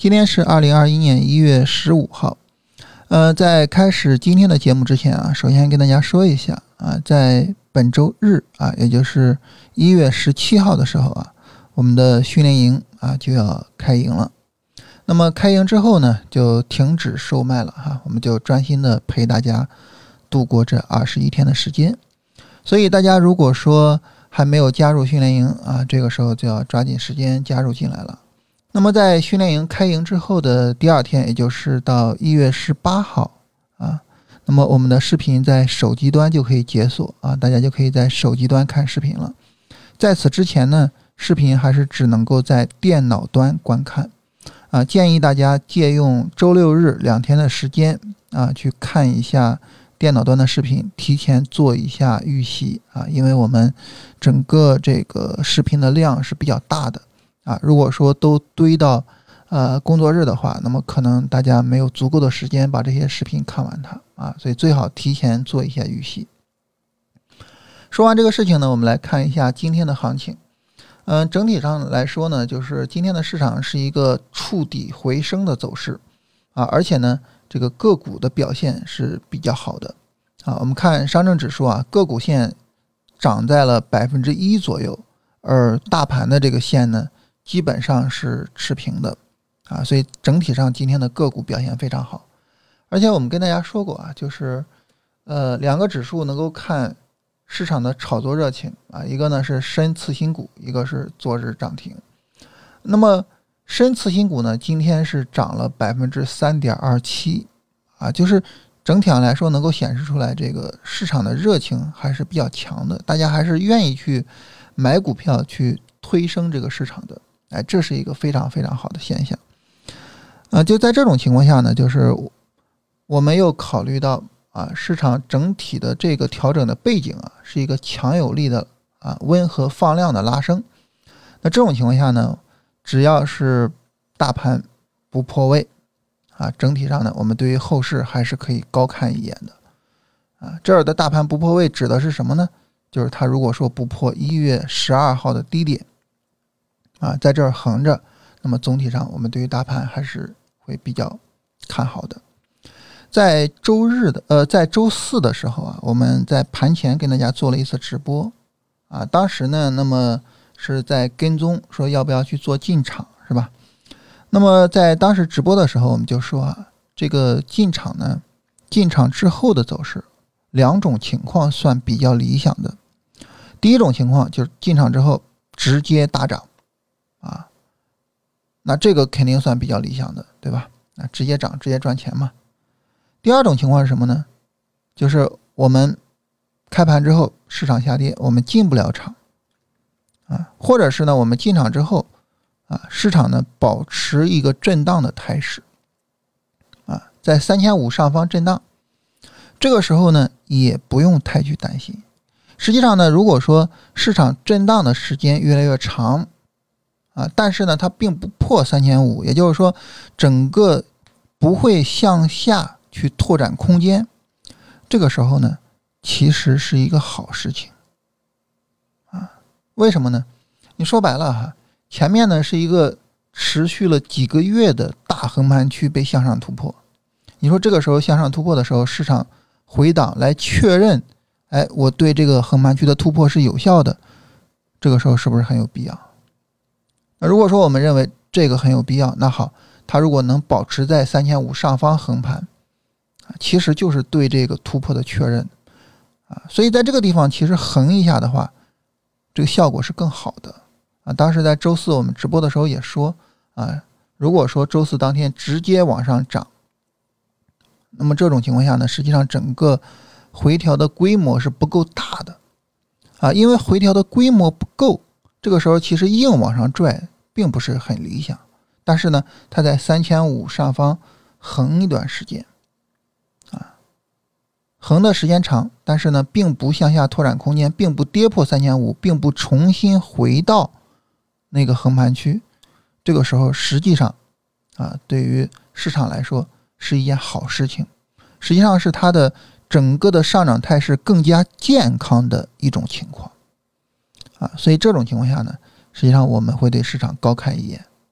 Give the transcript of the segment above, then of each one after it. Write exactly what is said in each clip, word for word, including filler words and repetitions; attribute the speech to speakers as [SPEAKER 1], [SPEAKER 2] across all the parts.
[SPEAKER 1] 今天是二零二一年一月十五号。呃，在开始今天的节目之前啊，首先跟大家说一下啊，在本周日啊，也就是一月十七号的时候啊，我们的训练营啊就要开营了。那么开营之后呢，就停止售卖了哈，我们就专心的陪大家度过这二十一天的时间。所以大家如果说还没有加入训练营啊，这个时候就要抓紧时间加入进来了。那么在训练营开营之后的第二天，也就是到一月十八号啊，那么我们的视频在手机端就可以解锁啊，大家就可以在手机端看视频了。在此之前呢，视频还是只能够在电脑端观看啊，建议大家借用周六日两天的时间啊，去看一下电脑端的视频，提前做一下预习啊，因为我们整个这个视频的量是比较大的啊，如果说都堆到呃工作日的话，那么可能大家没有足够的时间把这些视频看完它啊，所以最好提前做一下预习。说完这个事情呢，我们来看一下今天的行情。嗯、呃，整体上来说呢，就是今天的市场是一个触底回升的走势啊，而且呢，这个个股的表现是比较好的啊。我们看上证指数啊，个股线涨在了百分之一左右，而大盘的这个线呢，基本上是持平的啊，所以整体上今天的个股表现非常好。而且我们跟大家说过啊，就是呃两个指数能够看市场的炒作热情啊，一个呢是深次新股，一个是昨日涨停。那么深次新股呢，今天是涨了 百分之三点二七 啊，就是整体上来说能够显示出来这个市场的热情还是比较强的，大家还是愿意去买股票去推升这个市场的。哎，这是一个非常非常好的现象。呃，就在这种情况下呢，就是我们又考虑到啊，市场整体的这个调整的背景啊，是一个强有力的啊温和放量的拉升。那这种情况下呢，只要是大盘不破位啊，整体上呢，我们对于后市还是可以高看一眼的啊。这儿的大盘不破位指的是什么呢？就是它如果说不破一月十二号的低点啊，在这儿横着，那么总体上我们对于大盘还是会比较看好的。在周日的呃，在周四的时候啊，我们在盘前跟大家做了一次直播啊，当时呢，那么是在跟踪说要不要去做进场，是吧？那么在当时直播的时候，我们就说啊，这个进场呢，进场之后的走势，两种情况算比较理想的。第一种情况就是进场之后直接大涨啊，那这个肯定算比较理想的，对吧？那直接涨，直接赚钱嘛。第二种情况是什么呢？就是我们开盘之后市场下跌，我们进不了场啊，或者是呢，我们进场之后啊，市场呢保持一个震荡的态势啊，在三千五上方震荡，这个时候呢也不用太去担心。实际上呢，如果说市场震荡的时间越来越长啊，但是呢它并不破三千五，也就是说整个不会向下去拓展空间，这个时候呢其实是一个好事情啊。为什么呢？你说白了哈，前面呢是一个持续了几个月的大横盘区被向上突破，你说这个时候向上突破的时候，市场回档来确认，哎，我对这个横盘区的突破是有效的，这个时候是不是很有必要？那如果说我们认为这个很有必要，那好，它如果能保持在三千五上方横盘，其实就是对这个突破的确认啊，所以在这个地方其实横一下的话，这个效果是更好的啊。当时在周四我们直播的时候也说啊，如果说周四当天直接往上涨，那么这种情况下呢，实际上整个回调的规模是不够大的啊，因为回调的规模不够，这个时候其实硬往上拽并不是很理想，但是呢，它在三千五上方横一段时间啊，横的时间长，但是呢，并不向下拓展空间，并不跌破三千五，并不重新回到那个横盘区，这个时候实际上啊，对于市场来说是一件好事情，实际上是它的整个的上涨态势更加健康的一种情况啊，所以这种情况下呢，实际上我们会对市场高看一眼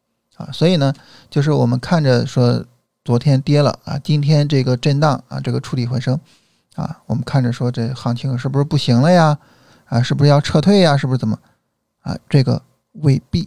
[SPEAKER 1] 啊，所以呢，就是我们看着说昨天跌了啊，今天这个震荡啊，这个触底回升啊，我们看着说这行情是不是不行了呀？啊，是不是要撤退呀？是不是怎么啊？这个未必。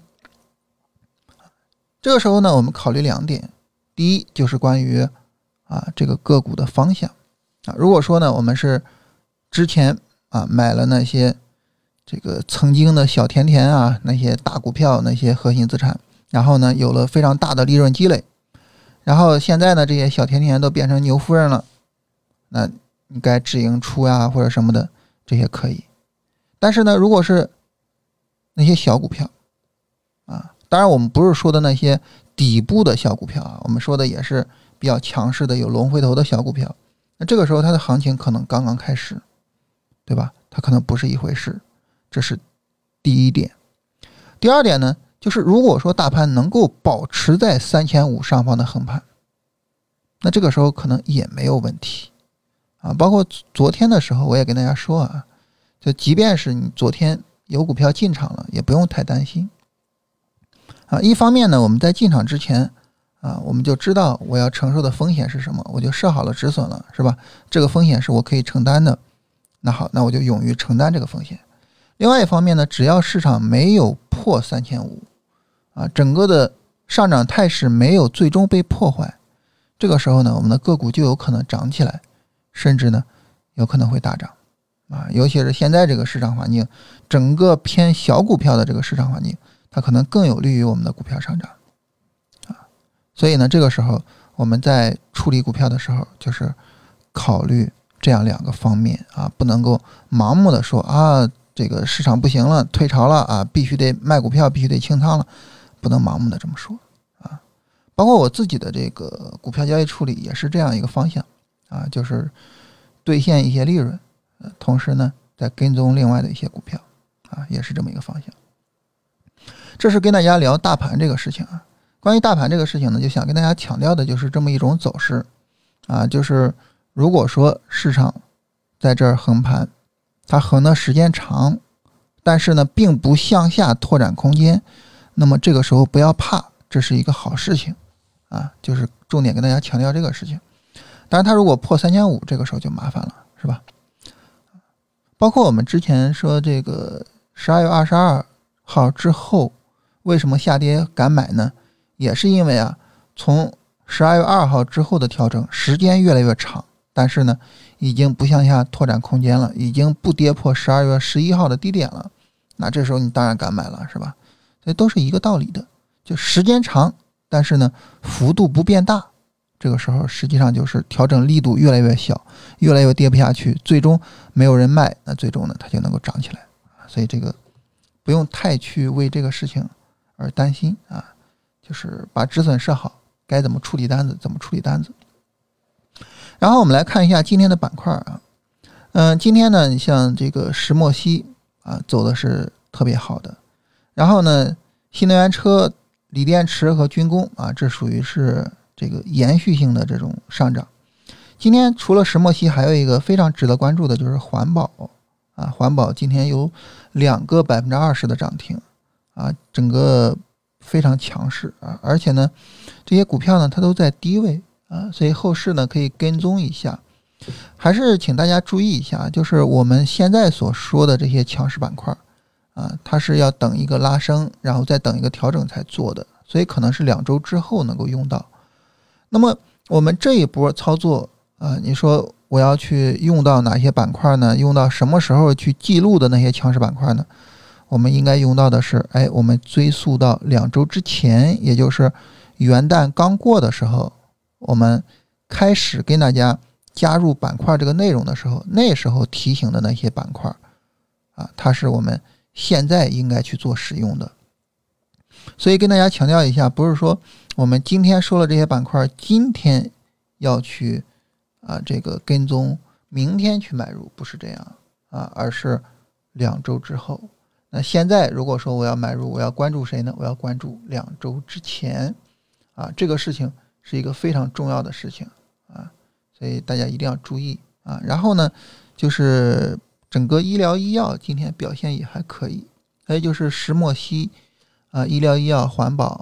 [SPEAKER 1] 这个时候呢，我们考虑两点，第一就是关于啊这个个股的方向啊，如果说呢我们是之前啊买了那些这个曾经的小甜甜啊，那些大股票，那些核心资产，然后呢有了非常大的利润积累，然后现在呢这些小甜甜都变成牛夫人了，那你该止盈出呀或者什么的，这些可以。但是呢，如果是那些小股票啊，当然我们不是说的那些底部的小股票啊，我们说的也是比较强势的有龙回头的小股票，那这个时候它的行情可能刚刚开始，对吧？它可能不是一回事，这是第一点。第二点呢，就是如果说大盘能够保持在三千五上方的横盘，那这个时候可能也没有问题啊。包括昨天的时候我也跟大家说啊，就即便是你昨天有股票进场了，也不用太担心啊。一方面呢，我们在进场之前啊，我们就知道我要承受的风险是什么，我就设好了止损了，是吧？这个风险是我可以承担的，那好，那我就勇于承担这个风险。另外一方面呢，只要市场没有破三千五啊，整个的上涨态势没有最终被破坏，这个时候呢，我们的个股就有可能涨起来，甚至呢有可能会大涨啊。尤其是现在这个市场环境，整个偏小股票的这个市场环境，它可能更有利于我们的股票上涨啊。所以呢，这个时候我们在处理股票的时候，就是考虑这样两个方面啊，不能够盲目的说啊，这个市场不行了，退潮了啊，必须得卖股票，必须得清仓了，不能盲目的这么说啊。包括我自己的这个股票交易处理也是这样一个方向啊，就是兑现一些利润，呃、同时呢再跟踪另外的一些股票啊，也是这么一个方向。这是跟大家聊大盘这个事情啊。关于大盘这个事情呢，就想跟大家强调的就是这么一种走势啊，就是如果说市场在这儿横盘，它横的时间长，但是呢并不向下拓展空间，那么这个时候不要怕，这是一个好事情啊，就是重点跟大家强调这个事情。当然它如果破三千五，这个时候就麻烦了，是吧？包括我们之前说这个十二月二十二号之后为什么下跌敢买呢？也是因为啊，从十二月二号之后的调整时间越来越长，但是呢已经不向下拓展空间了，已经不跌破十二月十一号的低点了，那这时候你当然敢买了，是吧？所以都是一个道理的，就时间长，但是呢幅度不变大，这个时候实际上就是调整力度越来越小，越来越跌不下去，最终没有人卖，那最终呢它就能够涨起来。所以这个不用太去为这个事情而担心啊，就是把止损设好，该怎么处理单子怎么处理单子。然后我们来看一下今天的板块啊，嗯、呃，今天呢，你像这个石墨烯啊走的是特别好的，然后呢，新能源车、锂电池和军工啊，这属于是这个延续性的这种上涨。今天除了石墨烯，还有一个非常值得关注的就是环保啊，环保今天有两个百分之二十的涨停啊，整个非常强势啊，而且呢，这些股票呢它都在低位啊，所以后市呢可以跟踪一下。还是请大家注意一下，就是我们现在所说的这些强势板块啊，它是要等一个拉升，然后再等一个调整才做的，所以可能是两周之后能够用到。那么我们这一波操作啊，你说我要去用到哪些板块呢？用到什么时候去记录的那些强势板块呢？我们应该用到的是，哎，我们追溯到两周之前，也就是元旦刚过的时候，我们开始跟大家加入板块这个内容的时候，那时候提醒的那些板块啊，它是我们现在应该去做使用的。所以跟大家强调一下，不是说我们今天说了这些板块，今天要去啊这个跟踪，明天去买入，不是这样啊，而是两周之后。那现在如果说我要买入，我要关注谁呢？我要关注两周之前啊，这个事情是一个非常重要的事情啊，所以大家一定要注意啊。然后呢，就是整个医疗医药今天表现也还可以，还有就是石墨烯啊、医疗医药、环保，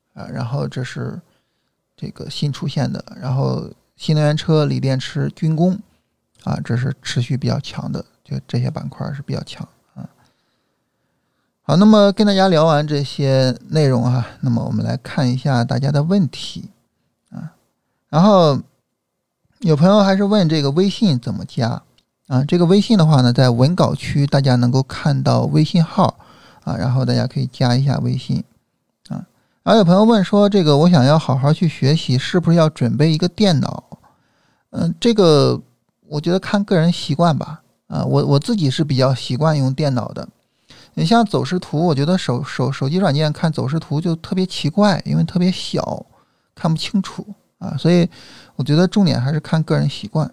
[SPEAKER 1] 啊，然后这是这个新出现的，然后新能源车、锂电池、军工啊，这是持续比较强的，就这些板块是比较强啊。好，那么跟大家聊完这些内容啊，那么我们来看一下大家的问题啊。然后有朋友还是问这个微信怎么加啊？这个微信的话呢，在文稿区大家能够看到微信号啊，然后大家可以加一下微信啊。然后有朋友问说，这个我想要好好去学习，是不是要准备一个电脑？嗯，这个我觉得看个人习惯吧。啊，我我自己是比较习惯用电脑的。你像走势图，我觉得手手手机软件看走势图就特别奇怪，因为特别小，看不清楚啊，所以我觉得重点还是看个人习惯。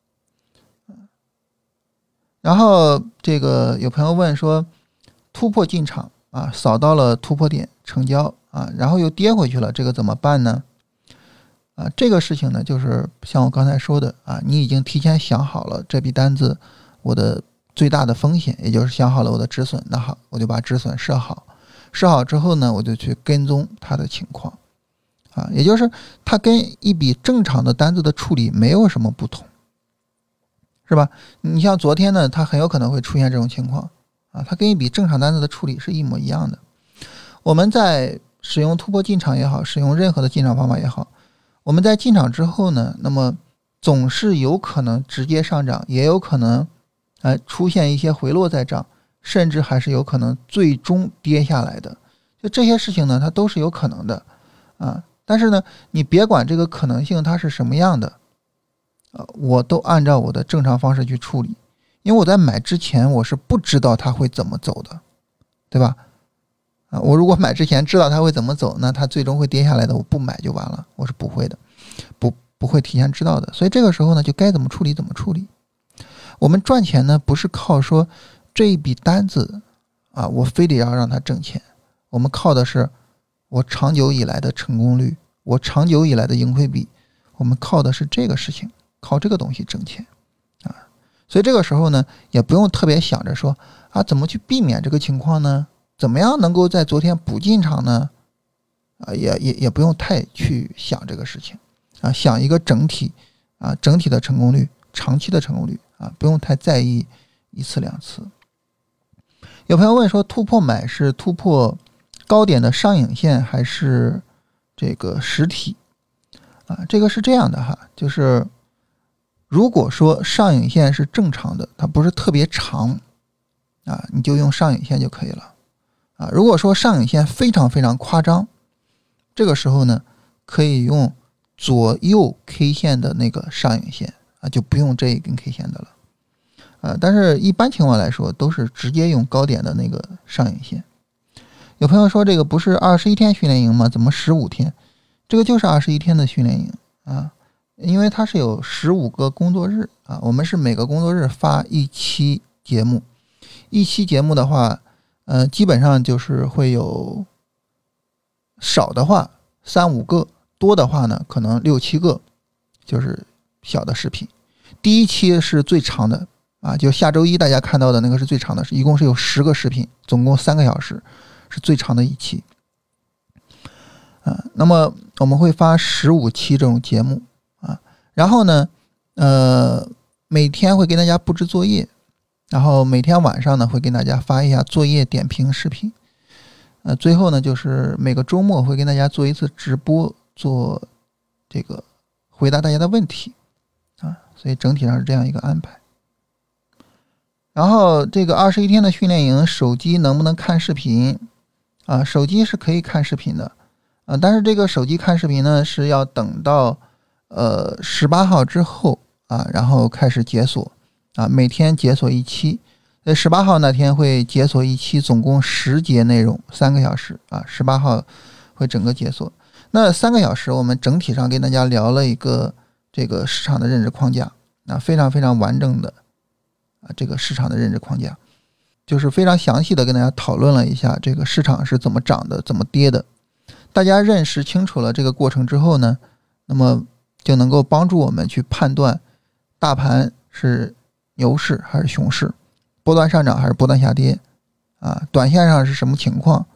[SPEAKER 1] 然后这个有朋友问说，突破进场啊，扫到了突破点成交啊，然后又跌回去了，这个怎么办呢？啊，这个事情呢，就是像我刚才说的啊，你已经提前想好了这笔单子我的最大的风险，也就是想好了我的止损，那好，我就把止损设好，设好之后呢，我就去跟踪它的情况啊，也就是它跟一笔正常的单子的处理没有什么不同，是吧？你像昨天呢，它很有可能会出现这种情况啊，它跟一笔正常单子的处理是一模一样的。我们在使用突破进场也好，使用任何的进场方法也好，我们在进场之后呢，那么总是有可能直接上涨，也有可能呃出现一些回落再涨，甚至还是有可能最终跌下来的。就这些事情呢，它都是有可能的啊。但是呢，你别管这个可能性它是什么样的，呃，我都按照我的正常方式去处理，因为我在买之前我是不知道它会怎么走的，对吧？啊，我如果买之前知道它会怎么走，那它最终会跌下来的，我不买就完了，我是不会的，不不会提前知道的。所以这个时候呢，就该怎么处理怎么处理。我们赚钱呢，不是靠说这一笔单子啊，我非得要让它挣钱，我们靠的是我长久以来的成功率，我长久以来的盈亏比，我们靠的是这个事情，靠这个东西挣钱啊。所以这个时候呢，也不用特别想着说啊，怎么去避免这个情况呢？怎么样能够在昨天补进场呢？啊，也也也不用太去想这个事情啊，想一个整体啊，整体的成功率，长期的成功率啊，不用太在意一次两次。有朋友问说，突破买是突破高点的上影线还是这个实体啊？这个是这样的哈，就是如果说上影线是正常的，它不是特别长啊，你就用上影线就可以了。啊，如果说上影线非常非常夸张，这个时候呢，可以用左右 K 线的那个上影线啊，就不用这一根 K 线的了。啊，但是一般情况来说，都是直接用高点的那个上影线。有朋友说这个不是二十一天训练营吗？怎么十五天？这个就是二十一天的训练营啊，因为它是有十五个工作日啊，我们是每个工作日发一期节目，一期节目的话。呃，基本上就是会有少的话三五个，多的话呢可能六七个，就是小的视频。第一期是最长的啊，就下周一大家看到的那个是最长的，是一共是有十个视频，总共三个小时，是最长的一期。啊，那么我们会发十五期这种节目啊，然后呢，呃，每天会给大家布置作业。然后每天晚上呢，会给大家发一下作业点评视频，呃，最后呢，就是每个周末会跟大家做一次直播，做这个回答大家的问题啊，所以整体上是这样一个安排。然后这个二十一天的训练营，手机能不能看视频啊？手机是可以看视频的啊，但是这个手机看视频呢，是要等到呃十八号之后啊，然后开始解锁。啊，每天解锁一期，在十八号那天会解锁一期，总共十节内容，三个小时啊。十八号会整个解锁。那三个小时，我们整体上跟大家聊了一个这个市场的认知框架，啊，非常非常完整的啊，这个市场的认知框架，就是非常详细的跟大家讨论了一下这个市场是怎么涨的，怎么跌的。大家认识清楚了这个过程之后呢，那么就能够帮助我们去判断大盘是牛市还是熊市，波段上涨还是波段下跌啊？短线上是什么情况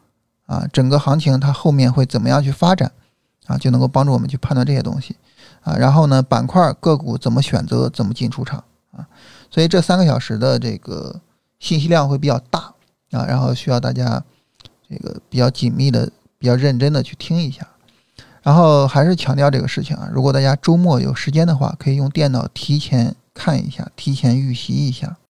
[SPEAKER 1] 啊，整个行情它后面会怎么样去发展啊，就能够帮助我们去判断这些东西啊。然后呢，板块个股怎么选择，怎么进出场啊。所以这三个小时的这个信息量会比较大啊，然后需要大家这个比较紧密的、比较认真的去听一下。然后还是强调这个事情啊，如果大家周末有时间的话，可以用电脑提前看一下，提前预习一下